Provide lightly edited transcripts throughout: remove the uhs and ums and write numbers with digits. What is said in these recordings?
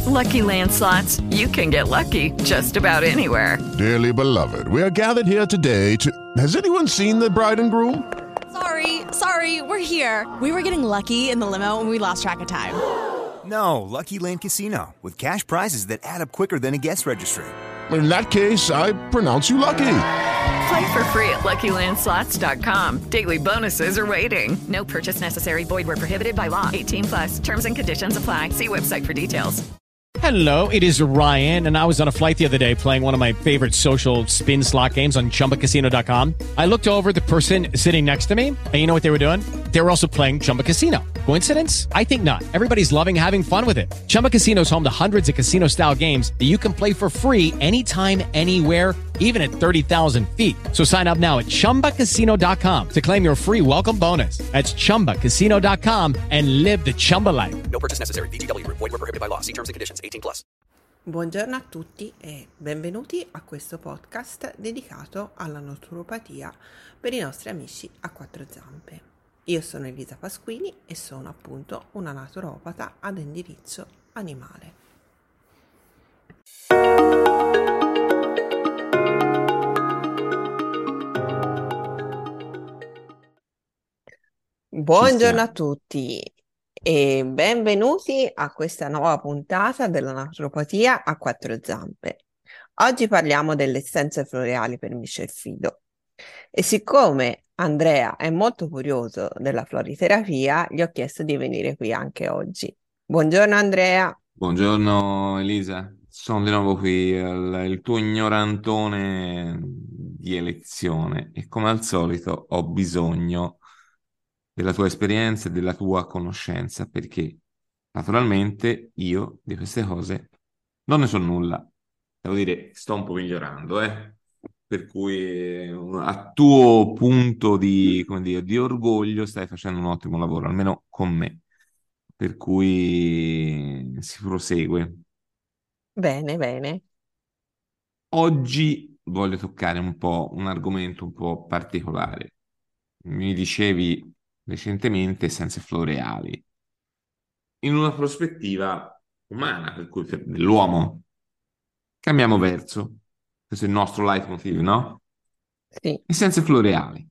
Lucky Land Slots, you can get lucky just about anywhere. Dearly beloved, we are gathered here today to... Has anyone seen the bride and groom? Sorry, we're here. We were getting lucky in the limo and we lost track of time. No, Lucky Land Casino, with cash prizes that add up quicker than a guest registry. In that case, I pronounce you lucky. Play for free at LuckyLandSlots.com. Daily bonuses are waiting. No purchase necessary. Void where prohibited by law. 18+. Terms and conditions apply. See website for details. Hello, it is Ryan, and I was on a flight the other day playing one of my favorite social spin slot games on ChumbaCasino.com. I looked over at the person sitting next to me, and you know what they were doing? They were also playing Chumba Casino. Coincidence? I think not. Everybody's loving having fun with it. Chumba Casino is home to hundreds of casino-style games that you can play for free anytime, anywhere, even at 30,000 feet. So sign up now at ChumbaCasino.com to claim your free welcome bonus. That's ChumbaCasino.com and live the Chumba life. No purchase necessary. VGW. Void where prohibited by law. See terms and conditions. 18+. Buongiorno a tutti e benvenuti a questo podcast dedicato alla naturopatia per i nostri amici a quattro zampe. Io sono Elisa Pasquini e sono appunto una naturopata ad indirizzo animale. Buongiorno a tutti e benvenuti a questa nuova puntata della naturopatia a quattro zampe. Oggi parliamo delle essenze floreali per micio e fido e siccome Andrea è molto curioso della floriterapia, gli ho chiesto di venire qui anche oggi. Buongiorno Andrea. Buongiorno Elisa, sono di nuovo qui, il tuo ignorantone di elezione e come al solito ho bisogno della tua esperienza e della tua conoscenza perché naturalmente io di queste cose non ne so nulla. Devo dire, sto un po' migliorando, per cui a tuo punto di, come dire, di orgoglio stai facendo un ottimo lavoro, almeno con me, per cui si prosegue. Bene, bene. Oggi voglio toccare un po' un argomento un po' particolare. Mi dicevi recentemente essenze floreali in una prospettiva umana, per cui dell'uomo. Cambiamo verso. Questo è il nostro leitmotiv, no? Sì. Essenze floreali.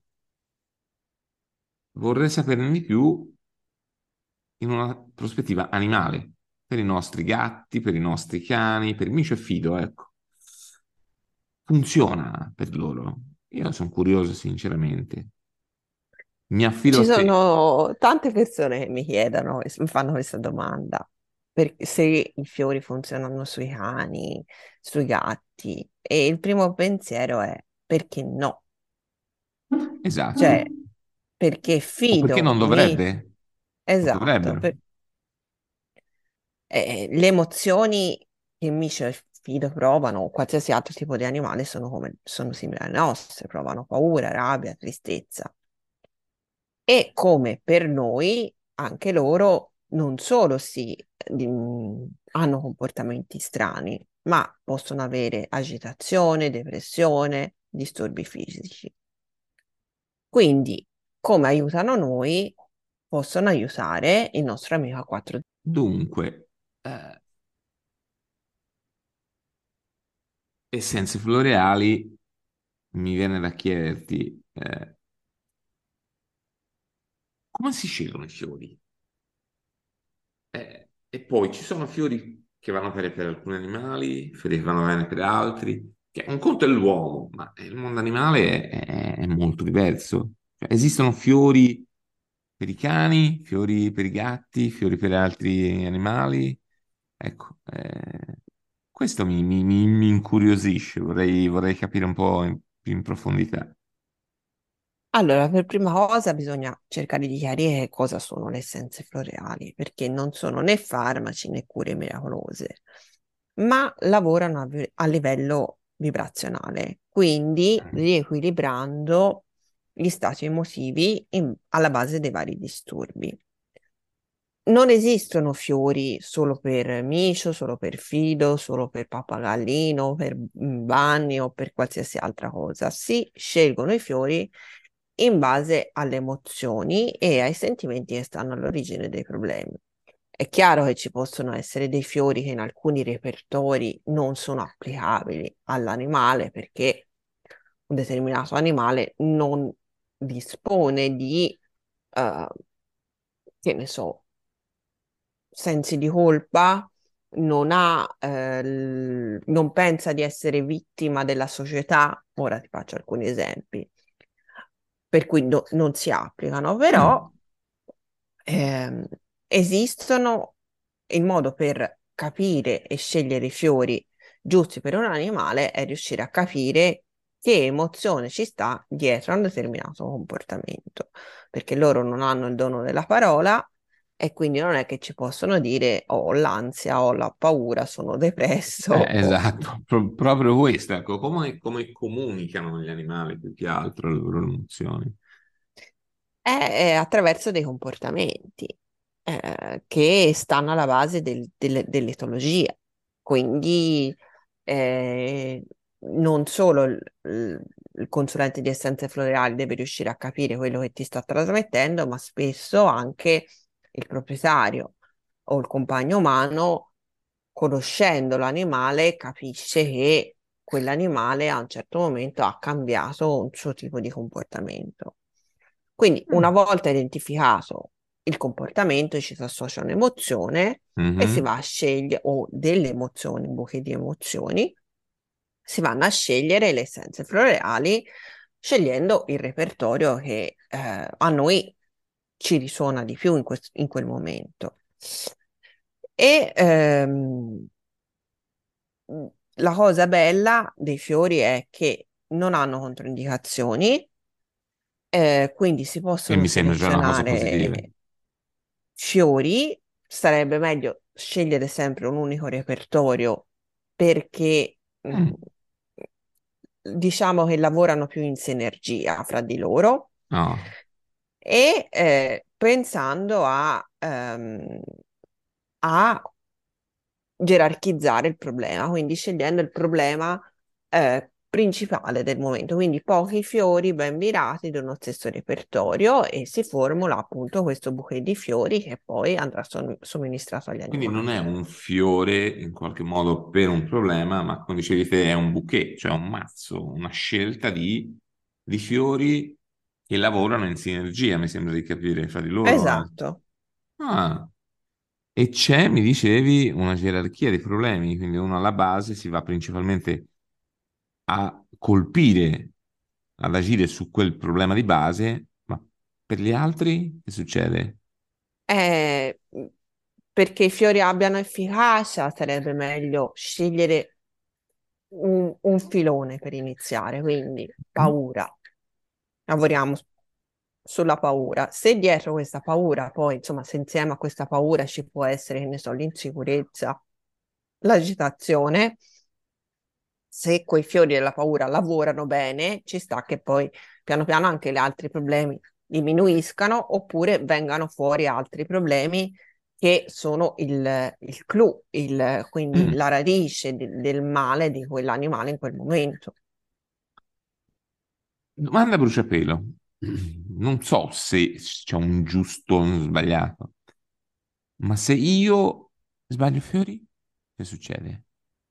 Vorrei saperne di più in una prospettiva animale, per i nostri gatti, per i nostri cani, per micio e fido, ecco. Funziona per loro? Io sono curioso, sinceramente. Mi affido Ci a te. sono tante persone che mi chiedono e mi fanno questa domanda, se i fiori funzionano sui cani, sui gatti, e il primo pensiero è perché no? Esatto. Cioè, perché O fido, perché non dovrebbe? Non esatto, dovrebbero. le emozioni che micio e fido provano, o qualsiasi altro tipo di animale, sono simili alle nostre, provano paura, rabbia, tristezza. E come per noi, anche loro non solo hanno comportamenti strani, ma possono avere agitazione, depressione, disturbi fisici. Quindi, come aiutano noi, possono aiutare il nostro amico a quattro. Dunque, essenze floreali, mi viene da chiederti come si scelgono i fiori? E poi ci sono fiori che vanno bene per alcuni animali, fiori che vanno bene per altri, che un conto è l'uomo, ma il mondo animale è molto diverso. Cioè, esistono fiori per i cani, fiori per i gatti, fiori per altri animali. Ecco, questo mi incuriosisce, vorrei capire un po' più in profondità. Allora, per prima cosa bisogna cercare di chiarire che cosa sono le essenze floreali, perché non sono né farmaci né cure miracolose, ma lavorano a livello vibrazionale, quindi riequilibrando gli stati emotivi alla base dei vari disturbi. Non esistono fiori solo per micio, solo per fido, solo per pappagallino, per bunny o per qualsiasi altra cosa. Si scelgono i fiori in base alle emozioni e ai sentimenti che stanno all'origine dei problemi. È chiaro che ci possono essere dei fiori che in alcuni repertori non sono applicabili all'animale perché un determinato animale non dispone di, eh, che ne so, sensi di colpa, non pensa di essere vittima della società. Ora ti faccio alcuni esempi, per cui non si applicano, però Mm. ehm, esistono il modo per capire e scegliere i fiori giusti per un animale è riuscire a capire che emozione ci sta dietro a un determinato comportamento, perché loro non hanno il dono della parola e quindi non è che ci possono dire ho l'ansia, ho la paura, sono depresso. Esatto, proprio questo, ecco, come comunicano gli animali più che altro le loro emozioni. È attraverso dei comportamenti che stanno alla base dell'etologia. Quindi non solo il consulente di essenze floreali deve riuscire a capire quello che ti sta trasmettendo, ma spesso anche il proprietario o il compagno umano, conoscendo l'animale, capisce che quell'animale a un certo momento ha cambiato un suo tipo di comportamento. Quindi, una Mm. volta identificato il comportamento, ci si associa un'emozione e si Mhm. va a scegliere, o delle emozioni, un bouquet di emozioni, si vanno a scegliere le essenze floreali scegliendo il repertorio che a noi ci risuona di più in quel momento. E la cosa bella dei fiori è che non hanno controindicazioni, quindi si E possono mi sembra già una cosa positiva. selezionare fiori. Sarebbe meglio scegliere sempre un unico repertorio perché Mm. diciamo che lavorano più in sinergia fra di loro No. e pensando a gerarchizzare il problema, quindi scegliendo il problema principale del momento, quindi pochi fiori ben virati di uno stesso repertorio e si formula appunto questo bouquet di fiori che poi andrà somministrato agli Quindi non animali. è un fiore in qualche modo per un problema, ma come dicevi te è un bouquet, cioè un mazzo, una scelta di fiori che lavorano in sinergia, mi sembra di capire, fra di loro. Esatto. Ah, e c'è, mi dicevi, una gerarchia dei problemi, quindi uno alla base si va principalmente a colpire, ad agire su quel problema di base, ma per gli altri che succede? Eh, perché i fiori abbiano efficacia, sarebbe meglio scegliere un filone per iniziare, quindi paura. Lavoriamo sulla paura. Se dietro questa paura, poi, insomma, se insieme a questa paura ci può essere, che ne so, l'insicurezza, l'agitazione, se quei fiori della paura lavorano bene, ci sta che poi piano piano anche gli altri problemi diminuiscano oppure vengano fuori altri problemi che sono il clou, quindi Mm. la radice del male di quell'animale in quel momento. Domanda a bruciapelo. Non so se c'è un giusto o un sbagliato, ma se io sbaglio fiori, che succede?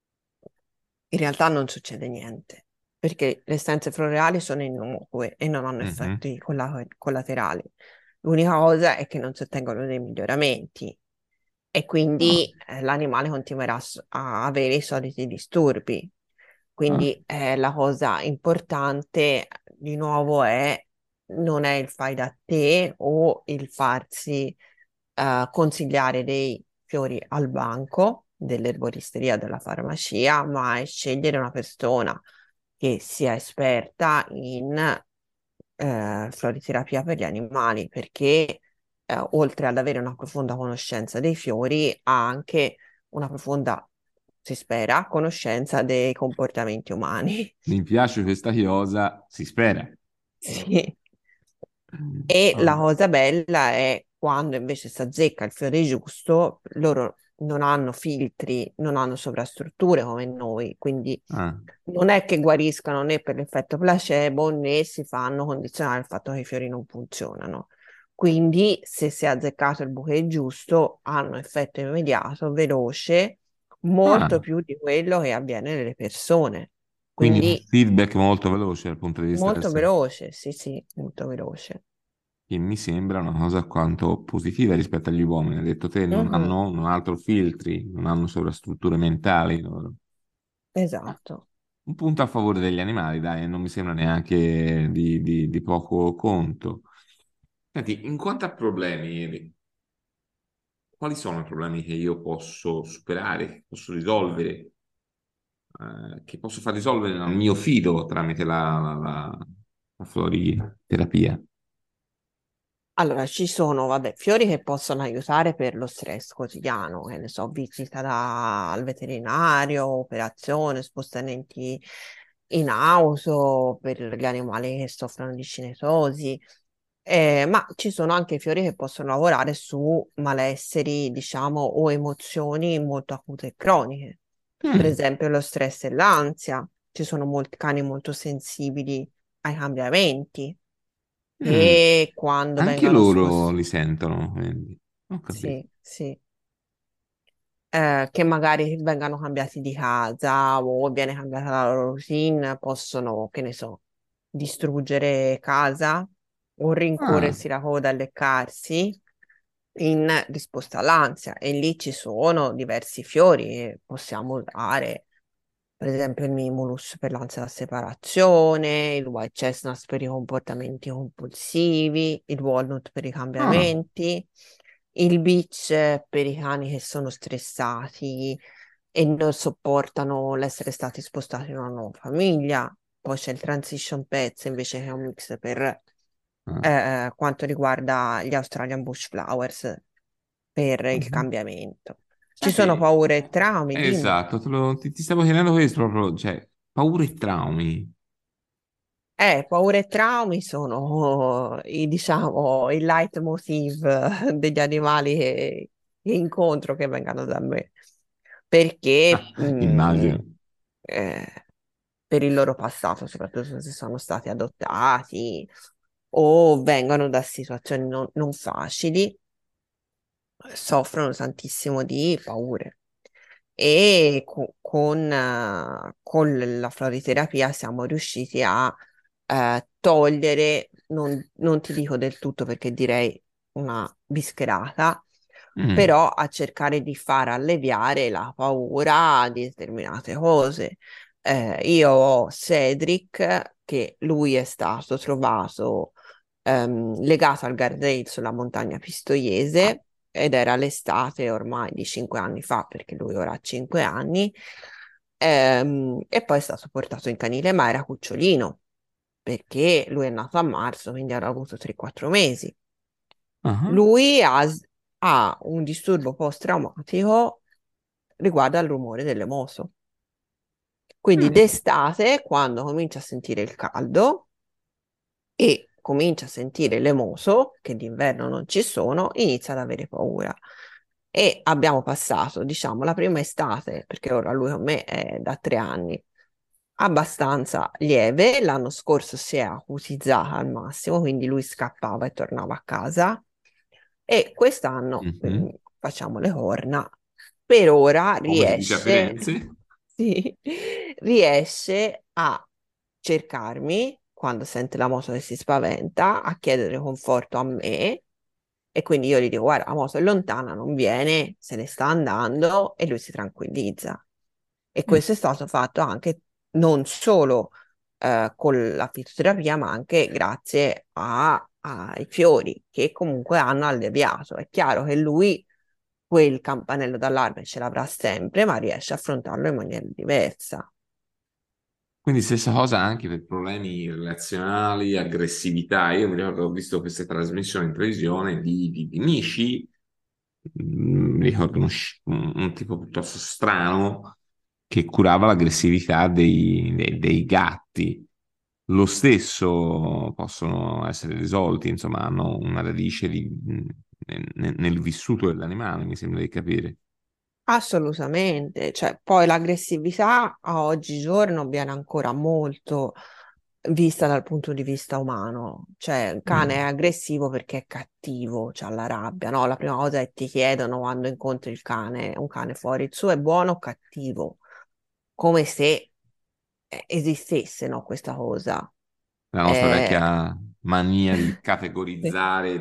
In realtà non succede niente, perché le essenze floreali sono innocue e non hanno Mhm. effetti collaterali. L'unica cosa è che non si ottengono dei miglioramenti e Ah, quindi l'animale continuerà a avere i soliti disturbi. ah. Quindi la cosa importante, di nuovo, non è il fai da te o il farsi consigliare dei fiori al banco dell'erboristeria, della farmacia, ma è scegliere una persona che sia esperta in floriterapia per gli animali, perché oltre ad avere una profonda conoscenza dei fiori, ha anche una profonda, si spera, conoscenza dei comportamenti umani. Mi piace questa chiosa, si spera. Sì. E Ah, la cosa bella è quando invece si azzecca il fiore giusto, loro non hanno filtri, non hanno sovrastrutture come noi, quindi ah. non è che guariscano né per l'effetto placebo né si fanno condizionare il fatto che i fiori non funzionano. Quindi, se si è azzeccato il bouquet giusto, hanno effetto immediato, veloce, molto Ah, più di quello che avviene nelle persone. quindi un Quindi, feedback molto veloce dal punto di vista del molto sesso, veloce, sì, sì, molto veloce. che mi sembra una cosa alquanto positiva rispetto agli uomini. Hai detto te, Mhm, non hanno altro filtri, non hanno sovrastrutture mentali. esatto. Un punto a favore degli animali, dai, non mi sembra neanche di poco conto. Senti, in quanto a problemi, quali sono i problemi che io posso superare, che posso risolvere, che posso far risolvere al mio fido tramite la floriterapia? Allora, ci sono, vabbè, fiori che possono aiutare per lo stress quotidiano, che ne so, visita al veterinario, operazione, spostamenti in auto per gli animali che soffrono di cinetosi. Ma ci sono anche fiori che possono lavorare su malesseri, diciamo, o emozioni molto acute e croniche. Per Mm, esempio, lo stress e l'ansia. Ci sono molti cani molto sensibili ai cambiamenti mm. e quando Anche vengono loro sposti, li sentono, quindi. Ho capito. sì, sì, che magari vengano cambiati di casa o viene cambiata la loro routine, possono, che ne so, distruggere casa o Ah, rincorrersi la coda e leccarsi in risposta all'ansia. E lì ci sono diversi fiori che possiamo usare, per esempio il Mimulus per l'ansia da separazione, il White Chestnut per i comportamenti compulsivi, il Walnut per i ah, cambiamenti, il Beech per i cani che sono stressati e non sopportano l'essere stati spostati in una nuova famiglia. Poi c'è il Transition Pets invece che è un mix per ah. quanto riguarda gli Australian Bush Flowers per il Mhm. cambiamento. Ci sono Senti, paure e traumi, dimmi. esatto, ti stavo chiedendo questo proprio, cioè, paure e traumi. Paure e traumi sono diciamo, il leitmotiv degli animali che incontro che vengano da me, perché Immagino. eh, per il loro passato, soprattutto se sono stati adottati o vengono da situazioni non facili, soffrono tantissimo di paure. E con la floriterapia siamo riusciti a togliere, non ti dico del tutto perché direi una bischerata, Mm, però a cercare di far alleviare la paura di determinate cose. Io ho Cedric, che lui è stato trovato legato al guardrail sulla montagna Pistoiese ed era l'estate ormai di 5 anni fa, perché lui ora ha 5 anni, e poi è stato portato in canile, ma era cucciolino, perché lui è nato a marzo, quindi avrà avuto 3-4 mesi. ah, Lui ha un disturbo post-traumatico riguardo al rumore dell'emoso. Quindi mm. d'estate, quando comincia a sentire il caldo e comincia a sentire l'emoso, che d'inverno non ci sono, inizia ad avere paura. E abbiamo passato, diciamo, la prima estate, perché ora lui con me è da 3 anni, abbastanza lieve. L'anno scorso si è acutizzata al massimo, quindi lui scappava e tornava a casa. E quest'anno Mhm. facciamo le corna. Per ora Come si dice a riesce, Firenze? sì, riesce a cercarmi quando sente la moto che si spaventa, a chiedere conforto a me. E quindi io gli dico, guarda, la moto è lontana, non viene, se ne sta andando e lui si tranquillizza. E Mm. questo è stato fatto anche non solo con la fitoterapia, ma anche grazie ai fiori che comunque hanno alleviato. È chiaro che lui quel campanello d'allarme ce l'avrà sempre, ma riesce a affrontarlo in maniera diversa. Quindi stessa cosa anche per problemi relazionali, aggressività. Io mi ricordo, ho visto queste trasmissioni in televisione di Mishi, mi ricordo un tipo piuttosto strano che curava l'aggressività dei gatti. Lo stesso possono essere risolti, insomma, hanno una radice nel vissuto dell'animale, mi sembra di capire. Assolutamente, cioè poi l'aggressività a oggigiorno viene ancora molto vista dal punto di vista umano, cioè il cane è Mm. aggressivo perché è cattivo, c'ha la rabbia, no? La prima cosa che ti chiedono quando incontri il cane, un cane fuori, il suo è buono o cattivo, come se esistesse, no, questa cosa. La nostra Eh, vecchia mania di sì. categorizzare,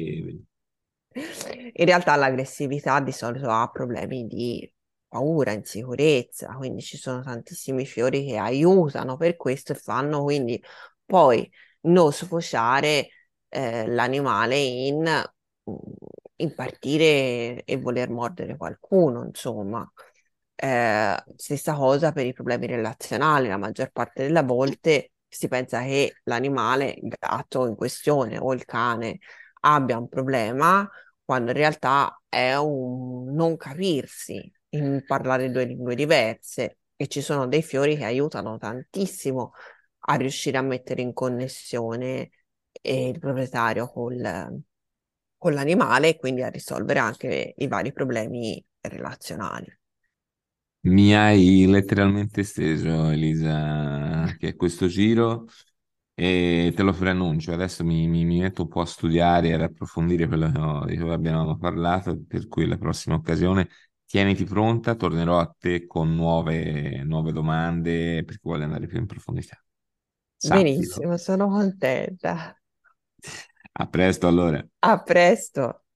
In realtà l'aggressività di solito ha problemi di paura, insicurezza, quindi ci sono tantissimi fiori che aiutano per questo e fanno quindi poi non sfociare l'animale mm, in partire e voler mordere qualcuno, insomma. Stessa cosa per i problemi relazionali, la maggior parte delle volte si pensa che l'animale, il gatto in questione o il cane abbia un problema quando in realtà è un non capirsi, in parlare due lingue diverse e ci sono dei fiori che aiutano tantissimo a riuscire a mettere in connessione il proprietario con l'animale e quindi a risolvere anche i vari problemi relazionali. Mi hai letteralmente steso, Elisa, che è questo giro e te lo preannuncio. Adesso mi metto un po' a studiare e ad approfondire quello di cui abbiamo parlato, per cui la prossima occasione tieniti pronta, tornerò a te con nuove domande perché voglio andare più in profondità. Sappilo. Benissimo, sono contenta. A presto allora. A presto.